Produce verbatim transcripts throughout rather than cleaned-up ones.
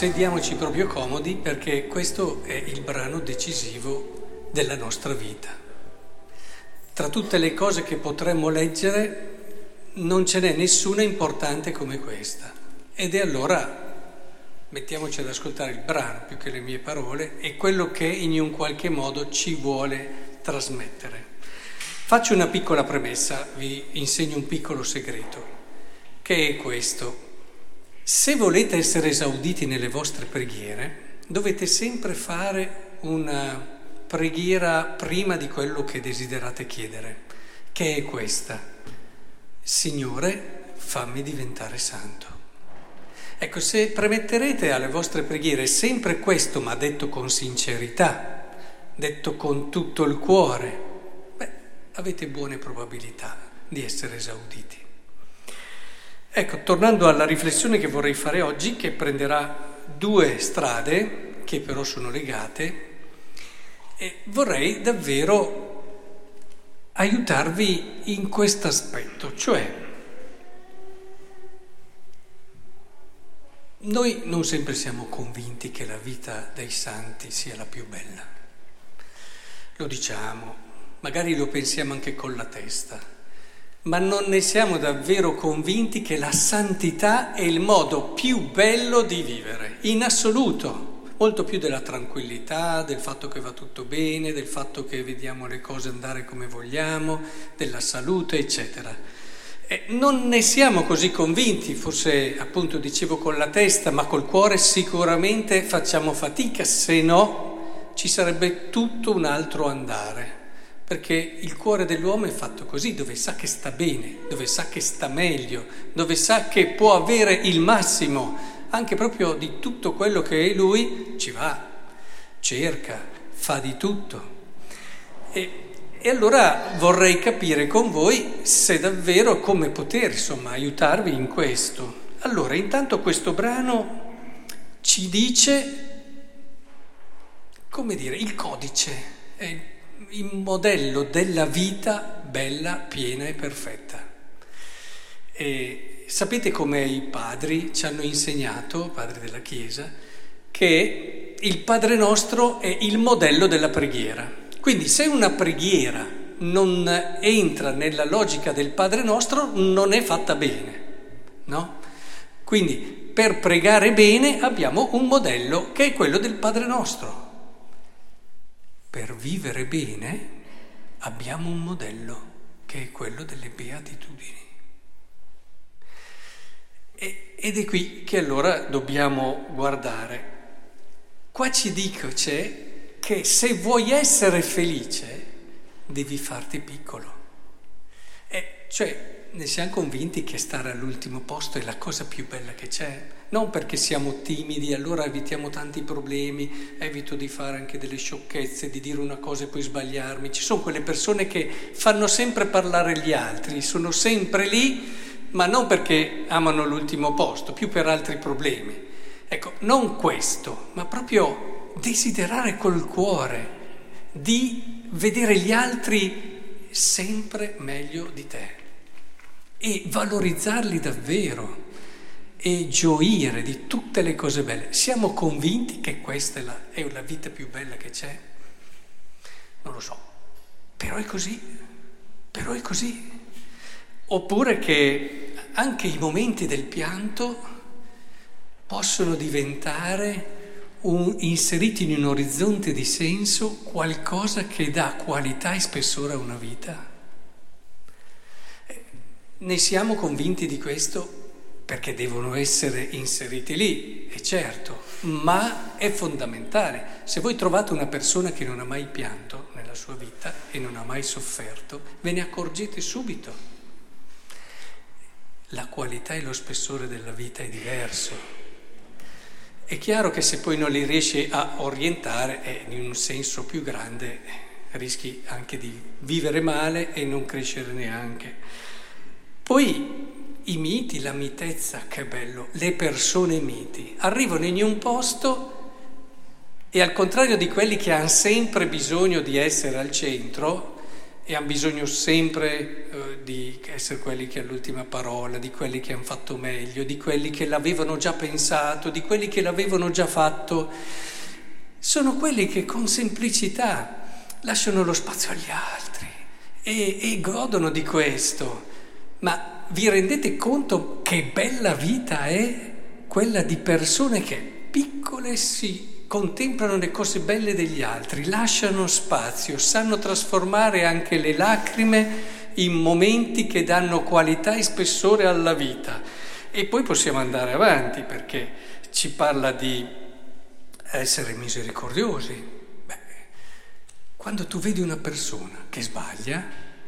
Sediamoci proprio comodi perché questo è il brano decisivo della nostra vita. Tra tutte le cose che potremmo leggere non ce n'è nessuna importante come questa. Ed è allora, mettiamoci ad ascoltare il brano più che le mie parole e quello che in un qualche modo ci vuole trasmettere. Faccio una piccola premessa, vi insegno un piccolo segreto, che è questo. Se volete essere esauditi nelle vostre preghiere, dovete sempre fare una preghiera prima di quello che desiderate chiedere, che è questa: Signore, fammi diventare santo. Ecco, se premetterete alle vostre preghiere sempre questo, ma detto con sincerità, detto con tutto il cuore, beh, avete buone probabilità di essere esauditi. Ecco, tornando alla riflessione che vorrei fare oggi, che prenderà due strade, che però sono legate, e vorrei davvero aiutarvi in questo aspetto, cioè noi non sempre siamo convinti che la vita dei santi sia la più bella. Lo diciamo, magari lo pensiamo anche con la testa, ma non ne siamo davvero convinti che la santità è il modo più bello di vivere, in assoluto, molto più della tranquillità, del fatto che va tutto bene, del fatto che vediamo le cose andare come vogliamo, della salute, eccetera. E non ne siamo così convinti, forse appunto dicevo con la testa, ma col cuore sicuramente facciamo fatica, se no ci sarebbe tutto un altro andare. Perché il cuore dell'uomo è fatto così, dove sa che sta bene, dove sa che sta meglio, dove sa che può avere il massimo, anche proprio di tutto quello che è lui, ci va, cerca, fa di tutto. E, e allora vorrei capire con voi se davvero come poter, insomma, aiutarvi in questo. Allora, intanto questo brano ci dice, come dire, il codice, è il modello della vita bella, piena e perfetta. E sapete come i padri ci hanno insegnato, padri della Chiesa, che il Padre Nostro è il modello della preghiera. Quindi se una preghiera non entra nella logica del Padre Nostro, non è fatta bene, no? Quindi per pregare bene abbiamo un modello che è quello del Padre Nostro. Per vivere bene abbiamo un modello che è quello delle beatitudini. E, ed è qui che allora dobbiamo guardare. Qua ci dice che se vuoi essere felice devi farti piccolo. E cioè ne siamo convinti che stare all'ultimo posto è la cosa più bella che c'è. Non perché siamo timidi, allora evitiamo tanti problemi, evito di fare anche delle sciocchezze, di dire una cosa e poi sbagliarmi. Ci sono quelle persone che fanno sempre parlare gli altri, sono sempre lì, ma non perché amano l'ultimo posto, più per altri problemi. Ecco, non questo, ma proprio desiderare col cuore di vedere gli altri sempre meglio di te e valorizzarli davvero. E gioire di tutte le cose belle. Siamo convinti che questa è la, è la vita più bella che c'è? Non lo so, però è così, però è così. Oppure che anche i momenti del pianto possono diventare un, inseriti in un orizzonte di senso, qualcosa che dà qualità e spessore a una vita. Ne siamo convinti di questo? Perché devono essere inseriti lì, è certo, ma è fondamentale. Se voi trovate una persona che non ha mai pianto nella sua vita e non ha mai sofferto, ve ne accorgete subito. La qualità e lo spessore della vita è diverso. È chiaro che se poi non li riesci a orientare, eh, in un senso più grande, rischi anche di vivere male e non crescere neanche. Poi i miti, la mitezza, che bello, le persone miti, arrivano in un posto e al contrario di quelli che hanno sempre bisogno di essere al centro e hanno bisogno sempre eh, di essere quelli che hanno l'ultima parola, di quelli che hanno fatto meglio, di quelli che l'avevano già pensato, di quelli che l'avevano già fatto. Sono quelli che con semplicità lasciano lo spazio agli altri e, e godono di questo. Ma vi rendete conto che bella vita è quella di persone che piccole si contemplano le cose belle degli altri, lasciano spazio, sanno trasformare anche le lacrime in momenti che danno qualità e spessore alla vita. E poi possiamo andare avanti perché ci parla di essere misericordiosi. Beh, quando tu vedi una persona che sbaglia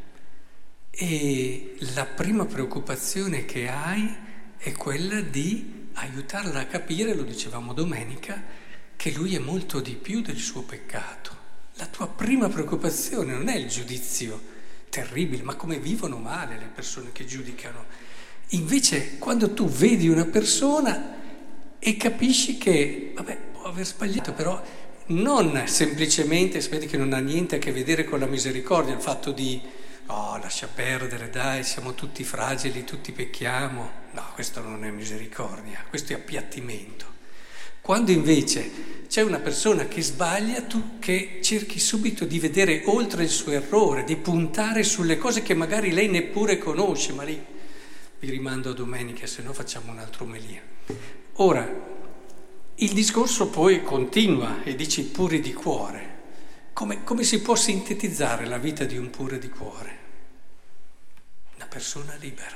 e la prima preoccupazione che hai è quella di aiutarla a capire, lo dicevamo domenica, che lui è molto di più del suo peccato. La tua prima preoccupazione non è il giudizio terribile, ma come vivono male le persone che giudicano. Invece, quando tu vedi una persona e capisci che, vabbè, può aver sbagliato, però non semplicemente, sapete che non ha niente a che vedere con la misericordia, il fatto di, oh, lascia perdere, dai, siamo tutti fragili, tutti pecchiamo. No, questo non è misericordia, questo è appiattimento. Quando invece c'è una persona che sbaglia, tu che cerchi subito di vedere oltre il suo errore, di puntare sulle cose che magari lei neppure conosce, ma lì vi rimando a domenica, se no facciamo un'altra omelia. Ora, il discorso poi continua e dice puri di cuore. Come, come si può sintetizzare la vita di un pure di cuore? Una persona libera.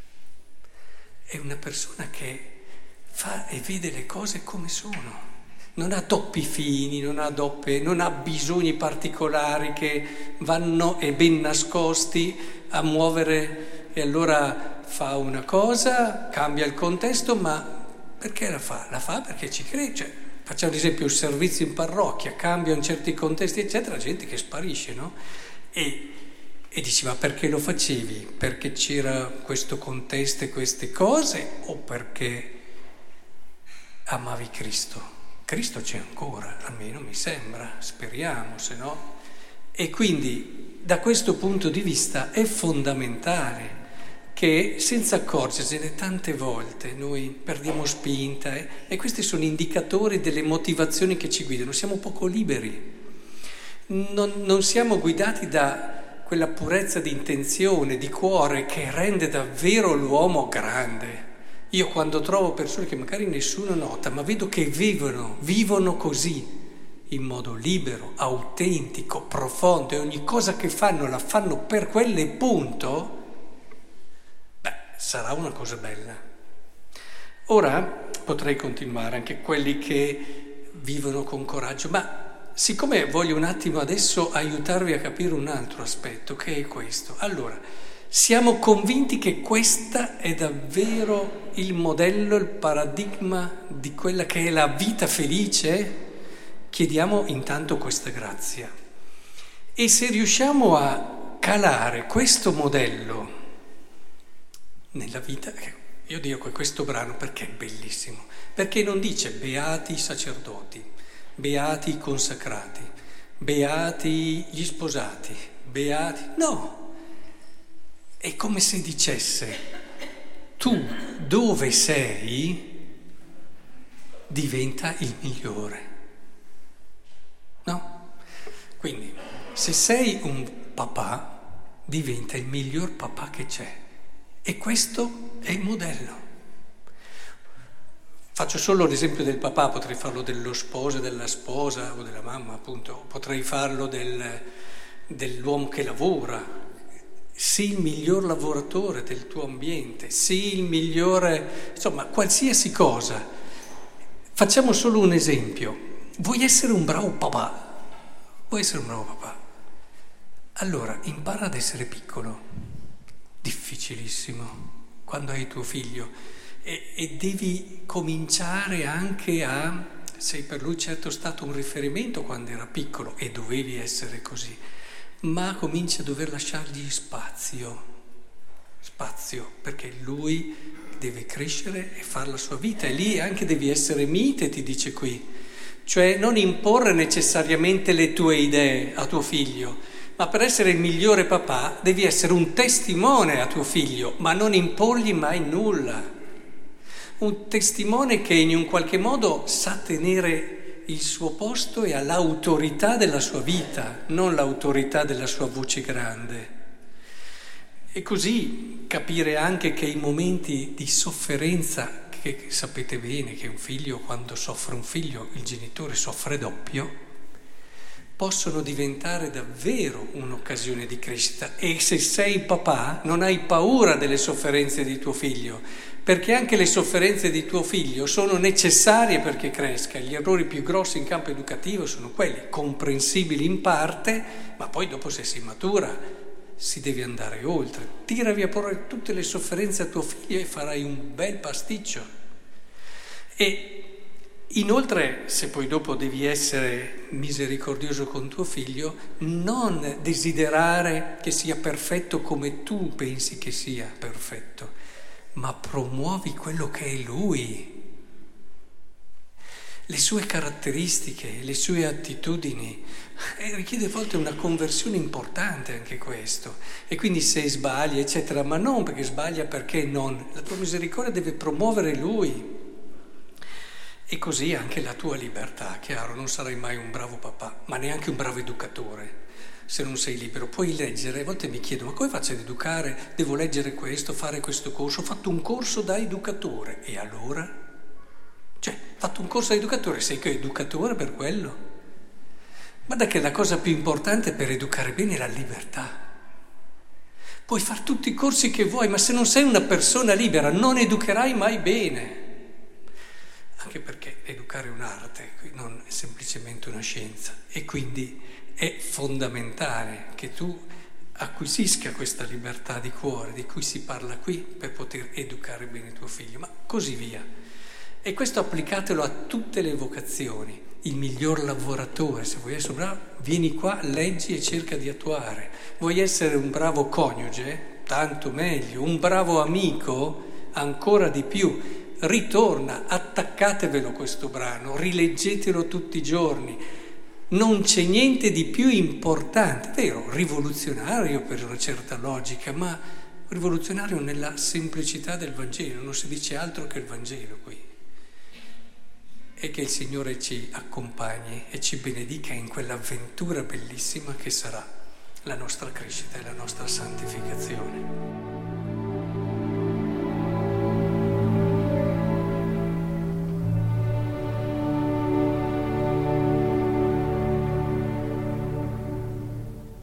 È una persona che fa e vede le cose come sono, non ha doppi fini, non ha doppe, non ha bisogni particolari che vanno e ben nascosti a muovere, e allora fa una cosa, cambia il contesto, ma perché la fa? La fa perché ci crede, cioè, facciamo ad esempio il servizio in parrocchia, cambiano certi contesti eccetera, gente che sparisce, no? E, e dici, ma perché lo facevi? Perché c'era questo contesto e queste cose o perché amavi Cristo? Cristo c'è ancora, almeno mi sembra, speriamo, se no. E quindi da questo punto di vista è fondamentale che senza accorgersene tante volte noi perdiamo spinta eh? e questi sono indicatori delle motivazioni che ci guidano, siamo poco liberi, non, non siamo guidati da quella purezza di intenzione, di cuore che rende davvero l'uomo grande. Io quando trovo persone che magari nessuno nota, ma vedo che vivono, vivono così, in modo libero, autentico, profondo, e ogni cosa che fanno la fanno per quelle punto, beh, sarà una cosa bella. Ora potrei continuare, anche quelli che vivono con coraggio, ma siccome voglio un attimo adesso aiutarvi a capire un altro aspetto, che è questo. Allora, siamo convinti che questa è davvero il modello, il paradigma di quella che è la vita felice? Chiediamo intanto questa grazia. E se riusciamo a calare questo modello nella vita, io dico che questo brano perché è bellissimo, perché non dice beati i sacerdoti, beati i consacrati, beati gli sposati, beati, no. È come se dicesse, tu dove sei diventa il migliore, no? Quindi se sei un papà diventa il miglior papà che c'è e questo è il modello. Faccio solo l'esempio del papà, potrei farlo dello sposo, della sposa o della mamma appunto, potrei farlo del, dell'uomo che lavora. Sii il miglior lavoratore del tuo ambiente, sii il migliore, insomma, qualsiasi cosa. Facciamo solo un esempio. Vuoi essere un bravo papà? Vuoi essere un bravo papà? Allora, impara ad essere piccolo. Difficilissimo. Quando hai tuo figlio. E, e devi cominciare anche a... Sei per lui certo stato un riferimento quando era piccolo e dovevi essere così. Ma comincia a dover lasciargli spazio, spazio, perché lui deve crescere e fare la sua vita, e lì anche devi essere mite, ti dice qui, cioè non imporre necessariamente le tue idee a tuo figlio, ma per essere il migliore papà devi essere un testimone a tuo figlio, ma non imporgli mai nulla. Un testimone che in un qualche modo sa tenere il suo posto e ha l'autorità della sua vita, non l'autorità della sua voce grande. E così capire anche che i momenti di sofferenza, che sapete bene che un figlio, quando soffre un figlio, il genitore soffre doppio, possono diventare davvero un'occasione di crescita. E se sei papà non hai paura delle sofferenze di tuo figlio, perché anche le sofferenze di tuo figlio sono necessarie perché cresca. Gli errori più grossi in campo educativo sono quelli, comprensibili in parte, ma poi dopo se si matura si deve andare oltre. Tira via fuori tutte le sofferenze a tuo figlio e farai un bel pasticcio. E inoltre, se poi dopo devi essere misericordioso con tuo figlio, non desiderare che sia perfetto come tu pensi che sia perfetto, ma promuovi quello che è lui, le sue caratteristiche, le sue attitudini. E richiede a volte una conversione importante anche questo. E quindi se sbaglia, eccetera, ma non perché sbaglia, perché non. La tua misericordia deve promuovere lui. E così anche la tua libertà, chiaro, non sarai mai un bravo papà, ma neanche un bravo educatore, se non sei libero. Puoi leggere, a volte mi chiedo, ma come faccio ad educare? Devo leggere questo, fare questo corso? Ho fatto un corso da educatore, e allora? Cioè, ho fatto un corso da educatore, sei che educatore per quello? Guarda che la cosa più importante per educare bene è la libertà. Puoi fare tutti i corsi che vuoi, ma se non sei una persona libera non educherai mai bene. Anche perché educare è un'arte, non è semplicemente una scienza. E quindi è fondamentale che tu acquisisca questa libertà di cuore di cui si parla qui per poter educare bene tuo figlio, ma così via. E questo applicatelo a tutte le vocazioni. Il miglior lavoratore, se vuoi essere bravo, vieni qua, leggi e cerca di attuare. Vuoi essere un bravo coniuge? Tanto meglio. Un bravo amico? Ancora di più. Ritorna, attaccatevelo questo brano, rileggetelo tutti i giorni. Non c'è niente di più importante, vero, rivoluzionario per una certa logica, ma rivoluzionario nella semplicità del Vangelo, non si dice altro che il Vangelo qui. E che il Signore ci accompagni e ci benedica in quell'avventura bellissima che sarà la nostra crescita e la nostra santificazione.